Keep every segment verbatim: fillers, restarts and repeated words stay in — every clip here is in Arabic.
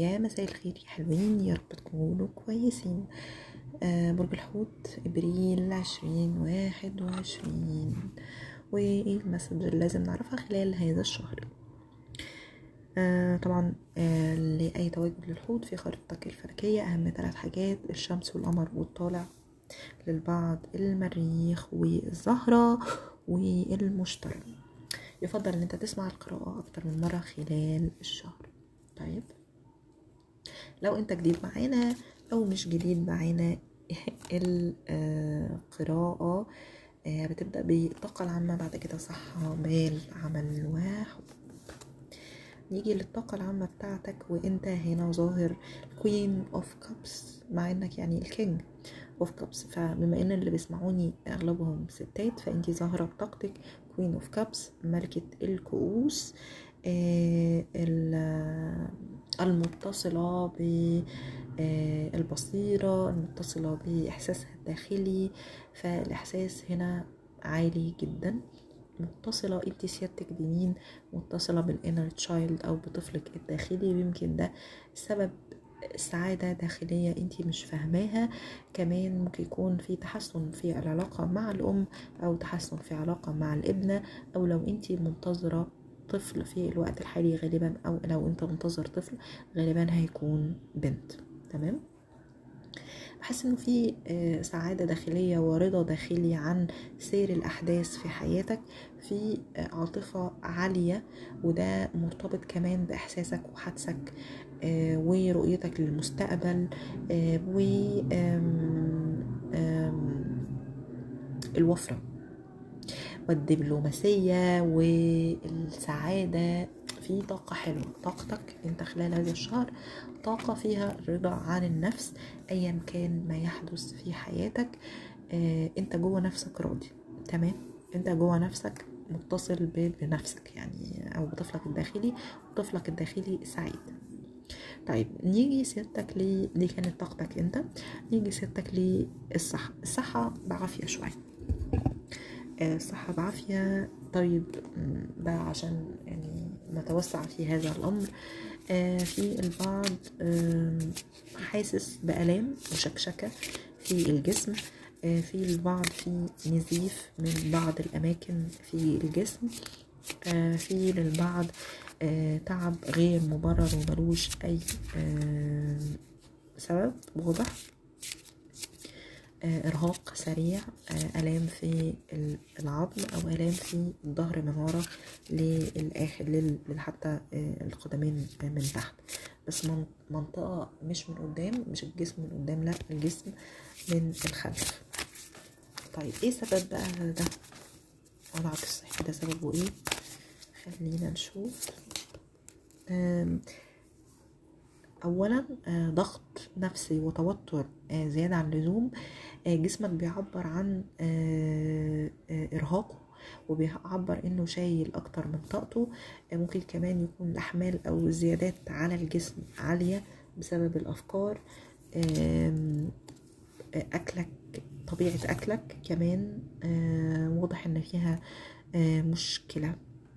يا مساء الخير يا حلوين، يا رب تكونوا كويسين. آه برج الحوت، ابريل عشرين واحد وعشرين. وايه المسج اللي لازم نعرفها خلال هذا الشهر؟ آه طبعا آه لأي تواجد للحوت في خريطتك الفلكية أهم ثلاث حاجات: الشمس والقمر والطالع، للبعض المريخ والزهرة والمشتري. يفضل ان انت تسمع القراءة اكتر من مرة خلال الشهر. طيب لو انت جديد معانا او مش جديد معانا، القراءة بتبدأ بالطاقة العامة، بعد كده صحة، مال، عمل، وحب. نيجي للطاقة العامة بتاعتك، وانت هنا ظاهر Queen of Cups، مع انك يعني الكينج اوف كابس، فبما ان اللي بيسمعوني اغلبهم ستات فانتي ظاهرة بطاقتك Queen of Cups، ملكة الكؤوس، آه المتصلة بالبصيرة، المتصلة بإحساسها الداخلي. فالإحساس هنا عالي جدا. متصلة انت سيادتك بمين؟ متصلة بالانر تشايلد او بطفلك الداخلي، ويمكن ده سبب سعادة داخلية انت مش فاهماها. كمان ممكن يكون في تحسن في العلاقة مع الام، او تحسن في علاقة مع الابنة، او لو انت منتظرة طفل في الوقت الحالي غالبا، او لو انت منتظر طفل غالبا هيكون بنت. تمام. بحس انه في سعادة داخلية ورضا داخلي عن سير الاحداث في حياتك، في عاطفة عالية، وده مرتبط كمان باحساسك وحدسك ورؤيتك للمستقبل والوفرة والدبلوماسية والسعادة. في طاقة حلوة. طاقتك انت خلال هذا الشهر طاقة فيها رضا عن النفس ايا كان ما يحدث في حياتك. اه انت جوه نفسك راضي. تمام. انت جوه نفسك متصل بنفسك يعني، او بطفلك الداخلي، وطفلك الداخلي سعيد. طيب نيجي سيادتك ليه دي كانت طاقتك انت. نيجي سيادتك للصحة. الصحة بعافية شوية، الصحة بعافية. طيب ده عشان يعني نتوسع في هذا الأمر. في البعض حاسس بألام وشكشكة في الجسم، في البعض في نزيف من بعض الأماكن في الجسم، في للبعض تعب غير مبرر وملوش أي سبب واضح، ارهاق سريع، الام في العظم او الام في الظهر من ورا للاخر حتى القدمين من تحت، بس منطقه مش من قدام، مش الجسم من قدام، لا الجسم من الخلف. طيب ايه سبب بقى ده؟ وضعك الصحي ده سببه ايه؟ خلينا نشوف. اولا ضغط نفسي وتوتر زيادة عن اللزوم. جسمك بيعبر عن ارهاقه، وبيعبر انه شايل اكتر من طاقته. ممكن كمان يكون الاحمال او الزيادات على الجسم عالية بسبب الافكار. اكلك، طبيعة اكلك كمان واضح ان فيها مشكلة.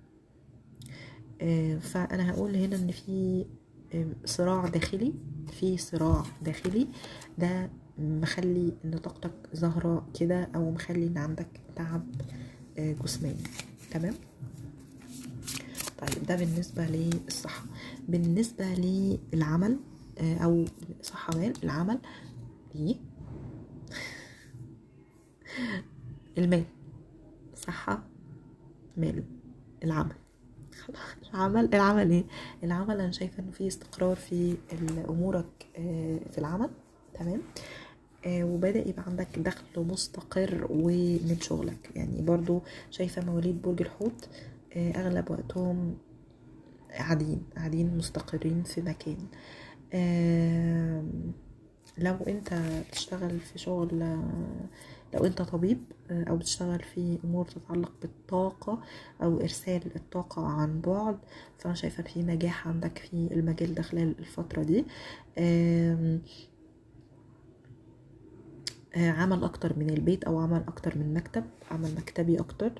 فانا هقول هنا ان في صراع داخلي، في صراع داخلي ده مخلي ان طاقتك ظاهرة كده، او مخلي ان عندك تعب جسماني. تمام. طيب ده بالنسبة للصحة. بالنسبة للعمل او صحة مال العمل دي المال، صحة مال العمل. العمل العمل ايه العمل انا شايفه انه في استقرار في امورك في العمل. تمام. وبدأ يبقى عندك دخل مستقر ومن شغلك. يعني برضو شايفه مواليد برج الحوت اغلب وقتهم قاعدين قاعدين مستقرين في مكان. لو انت بتشتغل في شغل، لو انت طبيب او بتشتغل في امور تتعلق بالطاقة او ارسال الطاقة عن بعد، فانا شايفة في نجاح عندك في المجال ده خلال الفترة دي. عمل اكتر من البيت او عمل اكتر من مكتب، عمل مكتبي اكتر.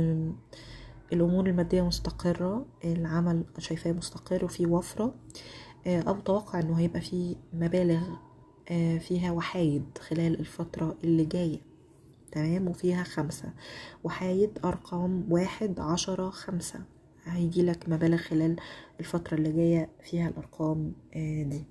الامور المادية مستقرة، العمل شايفاه مستقر وفي وفرة. او توقع انه هيبقى فيه مبالغ فيها وحايد خلال الفترة اللي جاية. تمام. وفيها خمسة وحايد، ارقام واحد عشرة خمسة، هيجي لك مبالغ خلال الفترة اللي جاية فيها الارقام دي.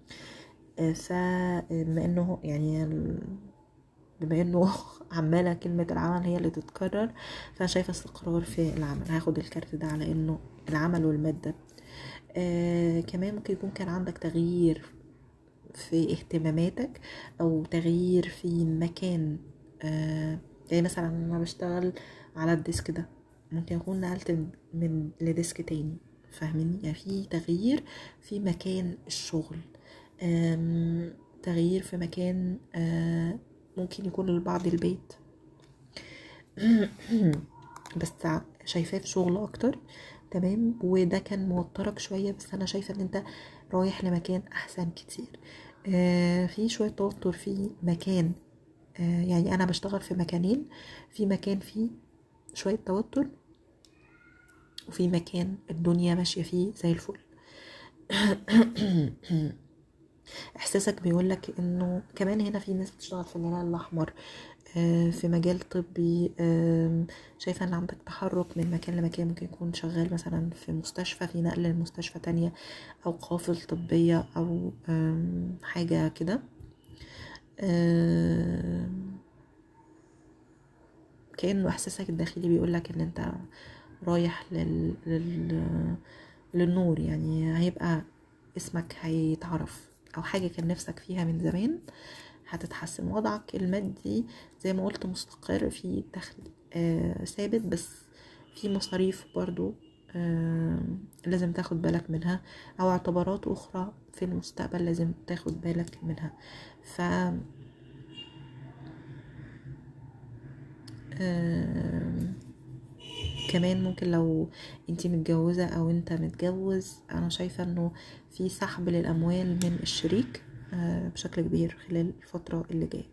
فبما انه يعني بما انه عمالة كلمة العمل هي اللي تتكرر، فانا شايفة استقرار في العمل. هاخد الكارت ده على انه العمل والمادة. آه كمان ممكن يكون كان عندك تغيير في اهتماماتك او تغيير في مكان. آه يعني مثلا انا بشتغل على الديسك ده، ممكن اكون نقلت من لديسك تاني، فاهميني؟ يعني في تغيير في مكان الشغل، تغيير في مكان، آه ممكن يكون للبعض البيت بس شايفاه في شغل اكتر. تمام. وده كان موترك شوية، بس انا شايفة ان انت رايح لمكان احسن كتير. آه في شوية توتر في مكان، آه يعني انا بشتغل في مكانين، في مكان فيه شوية توتر، وفي مكان الدنيا ماشية فيه زي الفل. احساسك بيقولك انه كمان هنا في ناس بتشتغل في الهلال الاحمر، في مجال طبي، شايفة ان عندك تحرك من مكان لمكان، ممكن يكون شغال مثلا في مستشفى، في نقل لمستشفى تانية، او قافل طبية، او حاجة كده. كأنه احساسك الداخلي بيقولك ان انت رايح لل... لل... للنور، يعني هيبقى اسمك هيتعرف، او حاجة كان نفسك فيها من زمان هتتحسن. وضعك المادي زي ما قلت مستقر، في دخل آه ثابت، بس في مصاريف برضو آه لازم تاخد بالك منها، او اعتبارات اخرى في المستقبل لازم تاخد بالك منها. ف آه كمان ممكن لو انتي متجوزة او انت متجوز، انا شايفة انه في سحب للاموال من الشريك بشكل كبير خلال الفترة اللي جاية،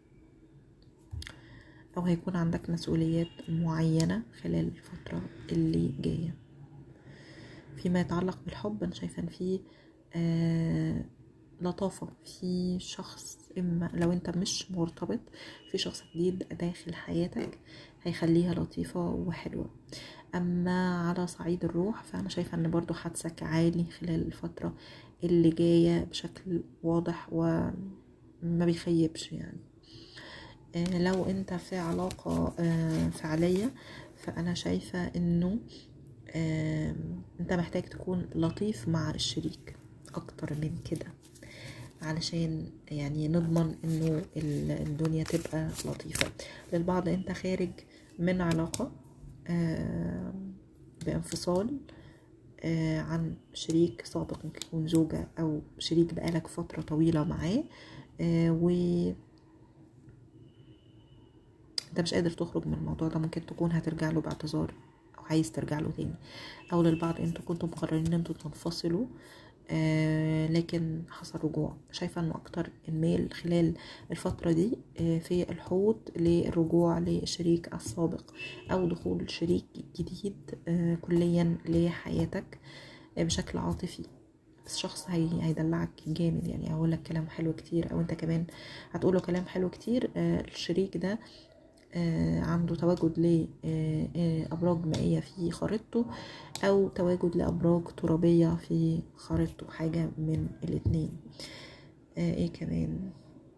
او هيكون عندك مسؤوليات معينة خلال الفترة اللي جاية. فيما يتعلق بالحب، انا شايفة ان في آه لطافة في شخص، اما لو انت مش مرتبط، في شخص جديد داخل حياتك هيخليها لطيفة وحلوة. اما على صعيد الروح، فانا شايفة ان برضو حدسك عالي خلال الفترة اللي جاية بشكل واضح وما بيخيبش. يعني آه لو انت في علاقة آه فعلية، فانا شايفة انه آه انت محتاج تكون لطيف مع الشريك اكتر من كده، علشان يعني نضمن انه الدنيا تبقى لطيفة. للبعض انت خارج من علاقة آه بانفصال آه عن شريك سابق، ممكن يكون زوجة او شريك بقالك فترة طويلة معاه، آه و انت مش قادر تخرج من الموضوع ده. ممكن تكون هترجع له باعتذار او عايز ترجع له تاني، او للبعض انتوا كنتوا مقررين ان انتوا تنفصلوا آه لكن حصل رجوع. شايفة انه اكتر الميل خلال الفترة دي آه في الحوض للرجوع للشريك السابق، او دخول شريك جديد آه كليا لحياتك آه بشكل عاطفي. بس شخص هي هيدلعك جامد، يعني هقول لك كلام حلو كتير، او انت كمان هتقوله كلام حلو كتير. آه الشريك ده آه عنده تواجد لأبراج مائية في خريطته، أو تواجد لأبراج ترابية في خريطته، حاجة من الاتنين. آه ايه كمان،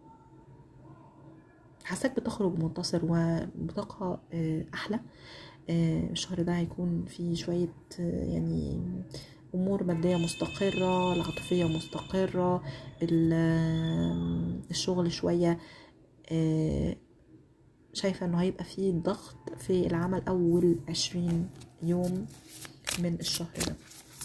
حاسك بتخرج منتصر وبطاقة آه أحلى. آه الشهر ده هيكون فيه شوية آه يعني أمور مادية مستقرة، العاطفية مستقرة، الشغل شوية آه شايفة انه هيبقى فيه ضغط في العمل اول عشرين يوم من الشهر ده،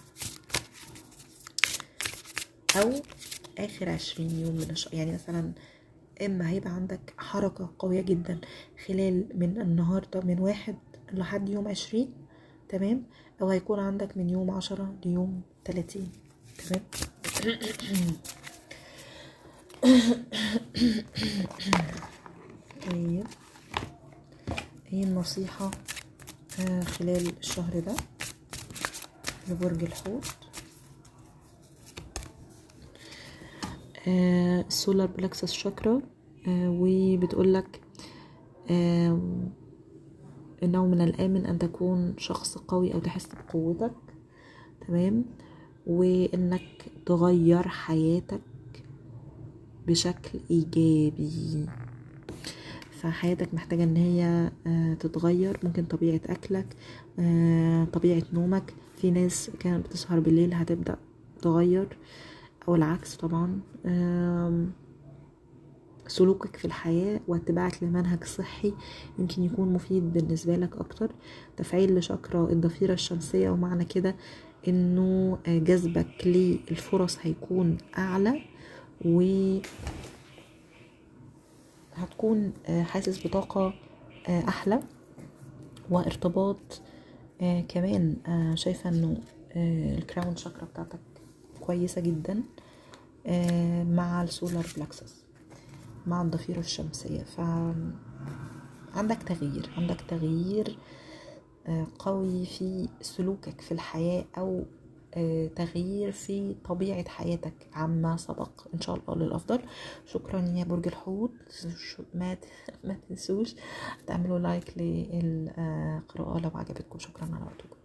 او اخر عشرين يوم من الشهر. يعني مثلا اما هيبقى عندك حركة قوية جدا خلال من النهاردة من واحد لحد يوم عشرين، تمام، او هيكون عندك من يوم عشرة ليوم تلاتين، تمام. طيب ايه النصيحة آه خلال الشهر ده لبرج الحوت؟ آه السولار بلكسس شاكرا، آه وبتقولك آه انه من الآمن ان تكون شخص قوي او تحس بقوتك، تمام، وانك تغير حياتك بشكل ايجابي. فحياتك محتاجة ان هي تتغير، ممكن طبيعة اكلك، طبيعة نومك. في ناس كانت بتسهر بالليل هتبدأ تغير، او العكس طبعا. سلوكك في الحياة واتباعك لمنهج صحي يمكن يكون مفيد بالنسبة لك اكتر. تفعيل لشاكرا الضفيرة الشمسية، ومعنى كده انه جذبك للفرص هيكون اعلى، و هتكون حاسس بطاقة احلى وارتباط. كمان شايفة انه الكراون شاكرا بتاعتك كويسة جدا مع السولار بلكسس، مع الضفيرة الشمسية. فعندك تغيير، عندك تغيير قوي في سلوكك في الحياة، او تغيير في طبيعة حياتك عما سبق ان شاء الله للافضل. شكرا يا برج الحوت. ما ما تنسوش تعملوا لايك للقراءة لو عجبتكم. شكرا على وقتكم.